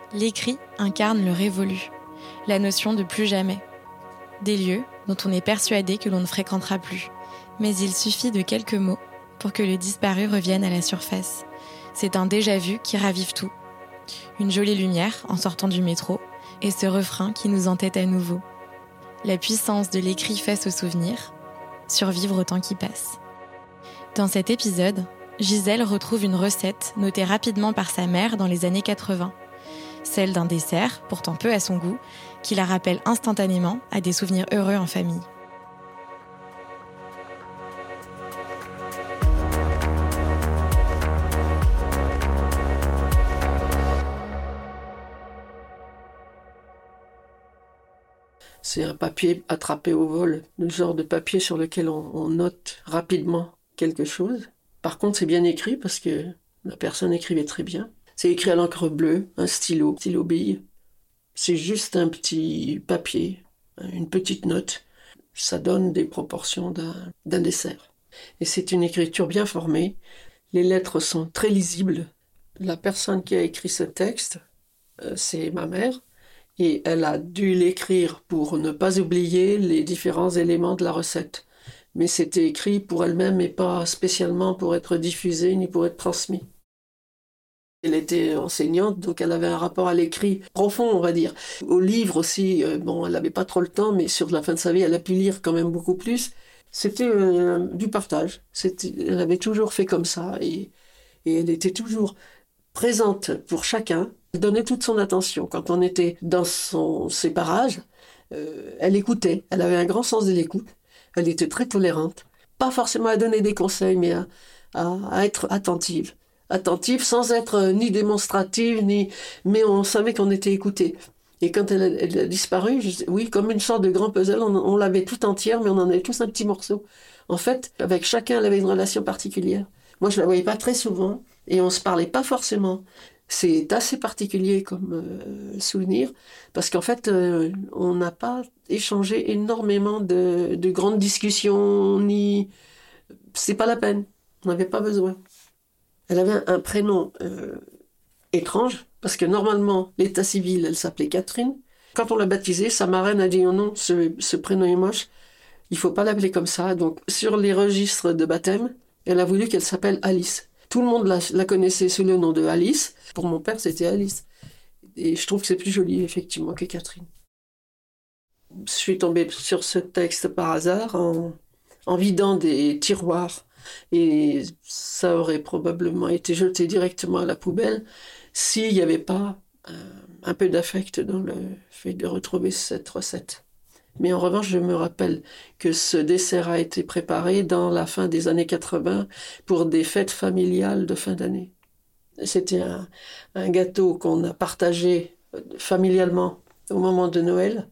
L'écrit incarne le révolu, la notion de plus jamais. Des lieux dont on est persuadé que l'on ne fréquentera plus. Mais il suffit de quelques mots pour que le disparu revienne à la surface. C'est un déjà-vu qui ravive tout. Une jolie lumière en sortant du métro et ce refrain qui nous entête à nouveau. La puissance de l'écrit face au souvenir, survivre au temps qui passe. Dans cet épisode, Gisèle retrouve une recette notée rapidement par sa mère dans les années 80. Celle d'un dessert, pourtant peu à son goût, qui la rappelle instantanément à des souvenirs heureux en famille. C'est un papier attrapé au vol, le genre de papier sur lequel on note rapidement quelque chose. Par contre, c'est bien écrit parce que la personne écrivait très bien. C'est écrit à l'encre bleue, un stylo bille. C'est juste un petit papier, une petite note. Ça donne des proportions d'un dessert. Et c'est une écriture bien formée. Les lettres sont très lisibles. La personne qui a écrit ce texte, c'est ma mère. Et elle a dû l'écrire pour ne pas oublier les différents éléments de la recette. Mais c'était écrit pour elle-même et pas spécialement pour être diffusé ni pour être transmis. Elle était enseignante, donc elle avait un rapport à l'écrit profond, on va dire. Au livre aussi, elle n'avait pas trop le temps, mais sur la fin de sa vie, elle a pu lire quand même beaucoup plus. C'était du partage. Elle avait toujours fait comme ça et elle était toujours présente pour chacun. Elle donnait toute son attention. Quand on était dans ses parages, elle écoutait. Elle avait un grand sens de l'écoute. Elle était très tolérante. Pas forcément à donner des conseils, mais à être attentive. Attentive sans être ni démonstrative, mais on savait qu'on était écouté. Et quand elle a disparu, oui, comme une sorte de grand puzzle, on l'avait tout entière, mais on en avait tous un petit morceau. En fait, avec chacun, elle avait une relation particulière. Moi, je la voyais pas très souvent, et on se parlait pas forcément. C'est assez particulier comme souvenir, parce qu'en fait, on n'a pas échangé énormément de grandes discussions, c'est pas la peine, on n'avait pas besoin. Elle avait un prénom étrange, parce que normalement, l'état civil, elle s'appelait Catherine. Quand on l'a baptisée, sa marraine a dit oh non, ce prénom est moche, il faut pas l'appeler comme ça. Donc, sur les registres de baptême, elle a voulu qu'elle s'appelle Alice. Tout le monde la connaissait sous le nom de Alice. Pour mon père, c'était Alice. Et je trouve que c'est plus joli, effectivement, que Catherine. Je suis tombée sur ce texte par hasard en vidant des tiroirs. Et ça aurait probablement été jeté directement à la poubelle s'il n'y avait pas un peu d'affect dans le fait de retrouver cette recette. Mais en revanche, je me rappelle que ce dessert a été préparé dans la fin des années 80 pour des fêtes familiales de fin d'année. C'était un gâteau qu'on a partagé familialement au moment de Noël.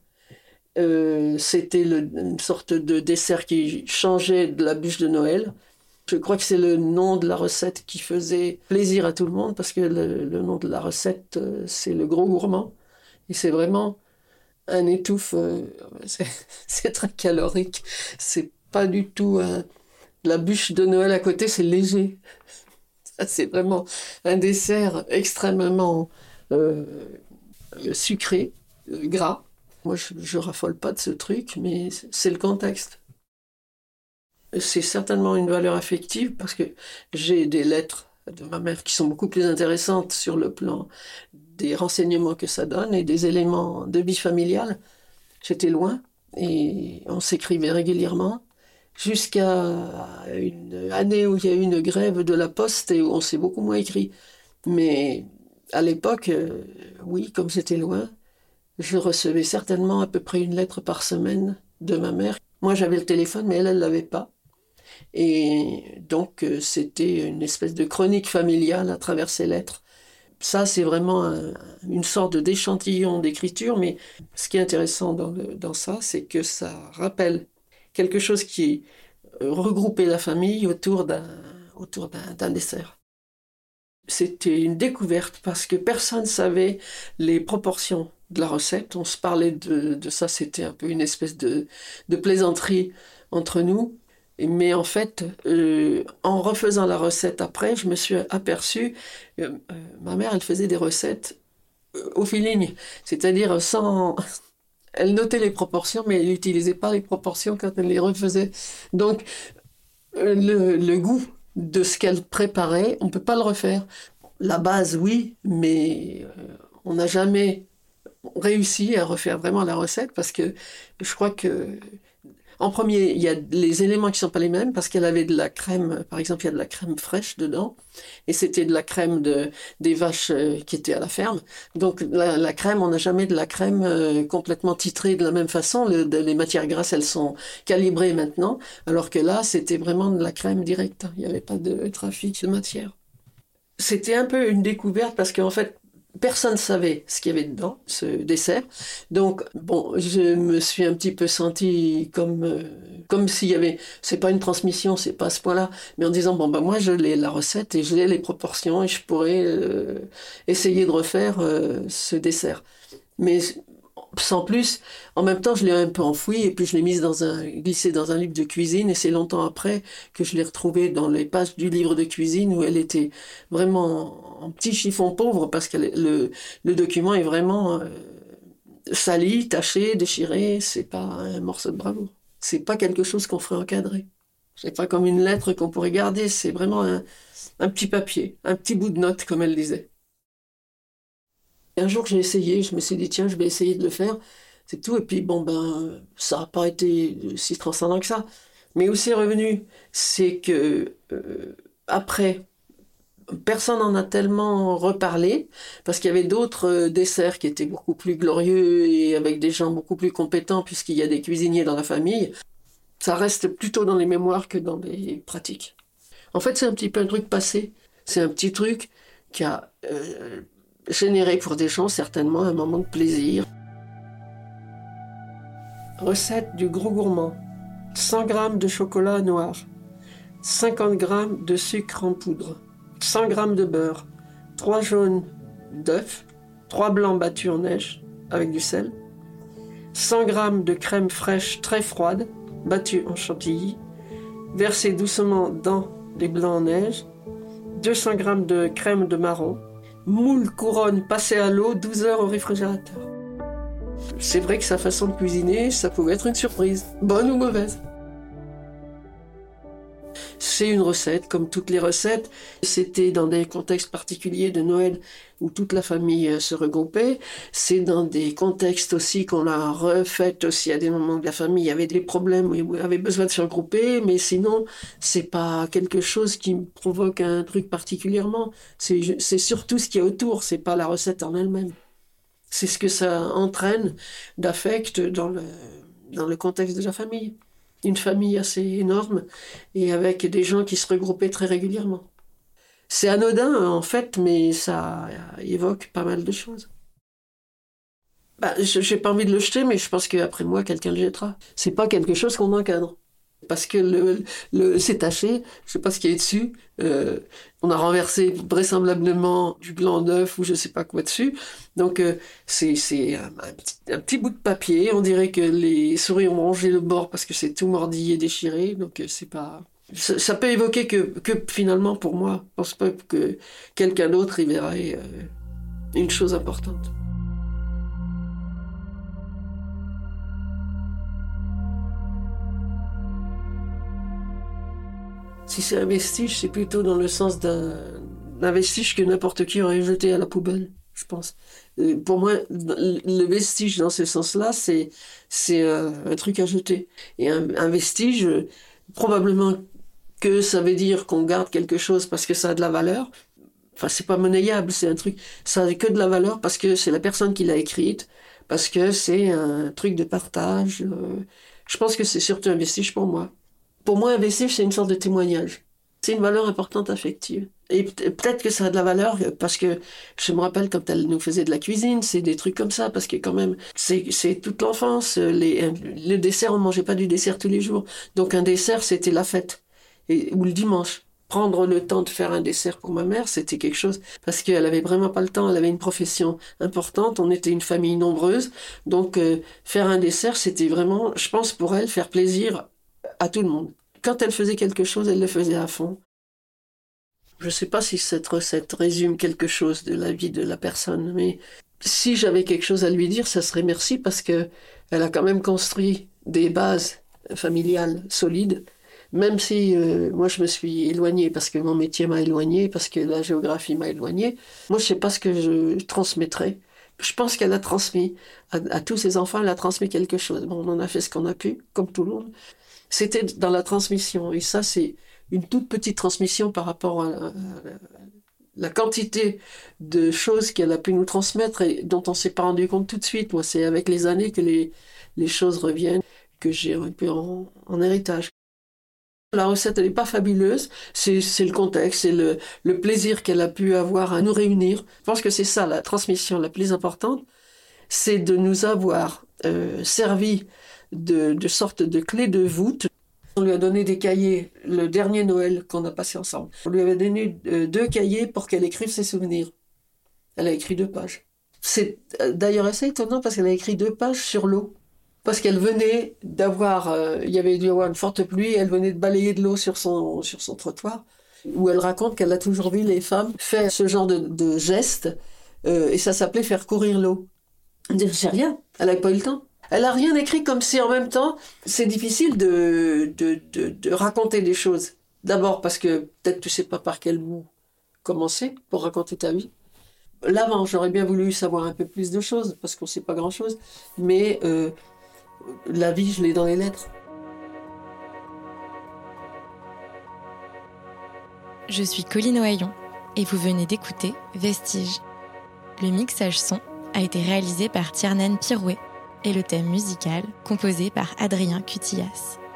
C'était une sorte de dessert qui changeait de la bûche de Noël. Je crois que c'est le nom de la recette qui faisait plaisir à tout le monde parce que le nom de la recette, c'est le gros gourmand. Et c'est vraiment un étouffe, c'est très calorique. C'est pas du tout la bûche de Noël à côté, c'est léger. Ça, c'est vraiment un dessert extrêmement sucré, gras. Moi, je raffole pas de ce truc, mais c'est le contexte. C'est certainement une valeur affective parce que j'ai des lettres de ma mère qui sont beaucoup plus intéressantes sur le plan des renseignements que ça donne et des éléments de vie familiale. J'étais loin et on s'écrivait régulièrement jusqu'à une année où il y a eu une grève de la poste et où on s'est beaucoup moins écrit. Mais à l'époque, oui, comme j'étais loin, je recevais certainement à peu près une lettre par semaine de ma mère. Moi, j'avais le téléphone, mais elle l'avait pas. Et donc, c'était une espèce de chronique familiale à travers ces lettres. Ça, c'est vraiment une sorte d'échantillon d'écriture, mais ce qui est intéressant dans ça, c'est que ça rappelle quelque chose qui regroupait la famille autour d'un dessert. C'était une découverte parce que personne ne savait les proportions de la recette. On se parlait de ça, c'était un peu une espèce de plaisanterie entre nous. Mais en fait, en refaisant la recette après, je me suis aperçue, ma mère, elle faisait des recettes au feeling, c'est-à-dire sans... Elle notait les proportions, mais elle n'utilisait pas les proportions quand elle les refaisait. Donc, le goût de ce qu'elle préparait, on ne peut pas le refaire. La base, oui, mais on n'a jamais réussi à refaire vraiment la recette parce que je crois que, en premier, il y a les éléments qui ne sont pas les mêmes parce qu'elle avait de la crème, par exemple, il y a de la crème fraîche dedans et c'était de la crème des vaches qui étaient à la ferme. Donc la crème, on n'a jamais de la crème complètement titrée de la même façon. Les matières grasses, elles sont calibrées maintenant, alors que là, c'était vraiment de la crème directe. Il n'y avait pas de trafic de matière. C'était un peu une découverte parce qu'en fait, personne ne savait ce qu'il y avait dedans, ce dessert. Donc, bon, je me suis un petit peu sentie comme s'il y avait, c'est pas une transmission, c'est pas à ce point-là, mais en disant, bon, ben moi, je l'ai la recette et j'ai les proportions et je pourrais essayer de refaire ce dessert. Mais sans plus, en même temps, je l'ai un peu enfoui et puis je l'ai glissé dans un livre de cuisine et c'est longtemps après que je l'ai retrouvée dans les pages du livre de cuisine où elle était vraiment en petit chiffon pauvre parce que le document est vraiment sali, taché, déchiré. C'est pas un morceau de bravoure. C'est pas quelque chose qu'on ferait encadrer. C'est pas comme une lettre qu'on pourrait garder. C'est vraiment un petit papier, un petit bout de note, comme elle disait. Et un jour, j'ai essayé, je me suis dit, tiens, je vais essayer de le faire, c'est tout. Et puis, bon, ben, ça n'a pas été si transcendant que ça. Mais où c'est revenu, c'est que après, personne n'en a tellement reparlé, parce qu'il y avait d'autres desserts qui étaient beaucoup plus glorieux et avec des gens beaucoup plus compétents, puisqu'il y a des cuisiniers dans la famille. Ça reste plutôt dans les mémoires que dans les pratiques. En fait, c'est un petit peu un truc passé. C'est un petit truc qui a généré pour des gens certainement un moment de plaisir. Recette du gros gourmand. 100 g de chocolat noir. 50 g de sucre en poudre. 100 g de beurre. 3 jaunes d'œufs. 3 blancs battus en neige avec du sel. 100 g de crème fraîche très froide, battue en chantilly. Versée doucement dans les blancs en neige. 200 g de crème de marron. Moule couronne passée à l'eau, 12 heures au réfrigérateur. C'est vrai que sa façon de cuisiner, ça pouvait être une surprise, bonne ou mauvaise. C'est une recette, comme toutes les recettes. C'était dans des contextes particuliers de Noël où toute la famille se regroupait. C'est dans des contextes aussi qu'on l'a refaite aussi à des moments où la famille avait des problèmes, où elle avait besoin de se regrouper, mais sinon, c'est pas quelque chose qui me provoque un truc particulièrement. C'est surtout ce qu'il y a autour, c'est pas la recette en elle-même. C'est ce que ça entraîne d'affect dans le contexte de la famille. Une famille assez énorme et avec des gens qui se regroupaient très régulièrement. C'est anodin en fait, mais ça évoque pas mal de choses. Bah, j'ai pas envie de le jeter, mais je pense qu'après moi, quelqu'un le jettera. C'est pas quelque chose qu'on encadre. Parce que c'est taché, je sais pas ce qu'il y a dessus. On a renversé vraisemblablement du blanc d'œuf ou je sais pas quoi dessus. Donc c'est un petit bout de papier. On dirait que les souris ont rongé le bord parce que c'est tout mordillé, déchiré. Donc c'est pas. Ça peut évoquer que finalement pour moi, je pense pas que quelqu'un d'autre y verrait une chose importante. Si c'est un vestige, c'est plutôt dans le sens d'un vestige que n'importe qui aurait jeté à la poubelle, je pense. Pour moi, le vestige dans ce sens-là, c'est un truc à jeter. Et un vestige, probablement que ça veut dire qu'on garde quelque chose parce que ça a de la valeur. Enfin, c'est pas monnayable, c'est un truc, ça a que de la valeur parce que c'est la personne qui l'a écrite, parce que c'est un truc de partage. Je pense que c'est surtout un vestige pour moi. Pour moi, un vestige, c'est une sorte de témoignage. C'est une valeur importante affective. Et peut-être que ça a de la valeur parce que je me rappelle quand elle nous faisait de la cuisine, c'est des trucs comme ça, parce que quand même, c'est toute l'enfance. Le dessert, on mangeait pas du dessert tous les jours. Donc un dessert, c'était la fête. Ou le dimanche. Prendre le temps de faire un dessert pour ma mère, c'était quelque chose, parce qu'elle avait vraiment pas le temps, elle avait une profession importante, on était une famille nombreuse. Donc faire un dessert, c'était vraiment, je pense pour elle, faire plaisir à tout le monde. Quand elle faisait quelque chose, elle le faisait à fond. Je ne sais pas si cette recette résume quelque chose de la vie de la personne, mais Si j'avais quelque chose à lui dire, ça serait merci, parce que elle a quand même construit des bases familiales solides, même si moi je me suis éloignée parce que mon métier m'a éloignée, parce que la géographie m'a éloignée. Moi je sais pas ce que je transmettrais. Je pense qu'elle a transmis à tous ses enfants, elle a transmis quelque chose. Bon, on en a fait ce qu'on a pu, comme tout le monde. C'était dans la transmission, et ça c'est une toute petite transmission par rapport à la quantité de choses qu'elle a pu nous transmettre et dont on ne s'est pas rendu compte tout de suite. Moi, c'est avec les années que les choses reviennent, que j'ai un peu en héritage. La recette, elle n'est pas fabuleuse, c'est le contexte, c'est le plaisir qu'elle a pu avoir à nous réunir. Je pense que c'est ça, la transmission la plus importante, c'est de nous avoir servi de sorte de clé de voûte. On lui a donné des cahiers, le dernier Noël qu'on a passé ensemble. On lui avait donné 2 cahiers pour qu'elle écrive ses souvenirs. Elle a écrit 2 pages. C'est d'ailleurs assez étonnant parce qu'elle a écrit 2 pages sur l'eau. Parce qu'elle venait d'avoir, il y avait dû avoir une forte pluie, elle venait de balayer de l'eau sur son trottoir, où elle raconte qu'elle a toujours vu les femmes faire ce genre de gestes, et ça s'appelait faire courir l'eau. C'est rien, elle n'avait pas eu le temps. Elle n'a rien écrit, comme si en même temps, c'est difficile de raconter des choses. D'abord parce que peut-être tu ne sais pas par quel bout commencer pour raconter ta vie. L'avant, j'aurais bien voulu savoir un peu plus de choses, parce qu'on ne sait pas grand-chose, mais la vie, je l'ai dans les lettres. Je suis Colline Ohaillon et vous venez d'écouter Vestiges. Le mixage son a été réalisé par Tiernan Pirouet et le thème musical composé par Adrien Cutillas.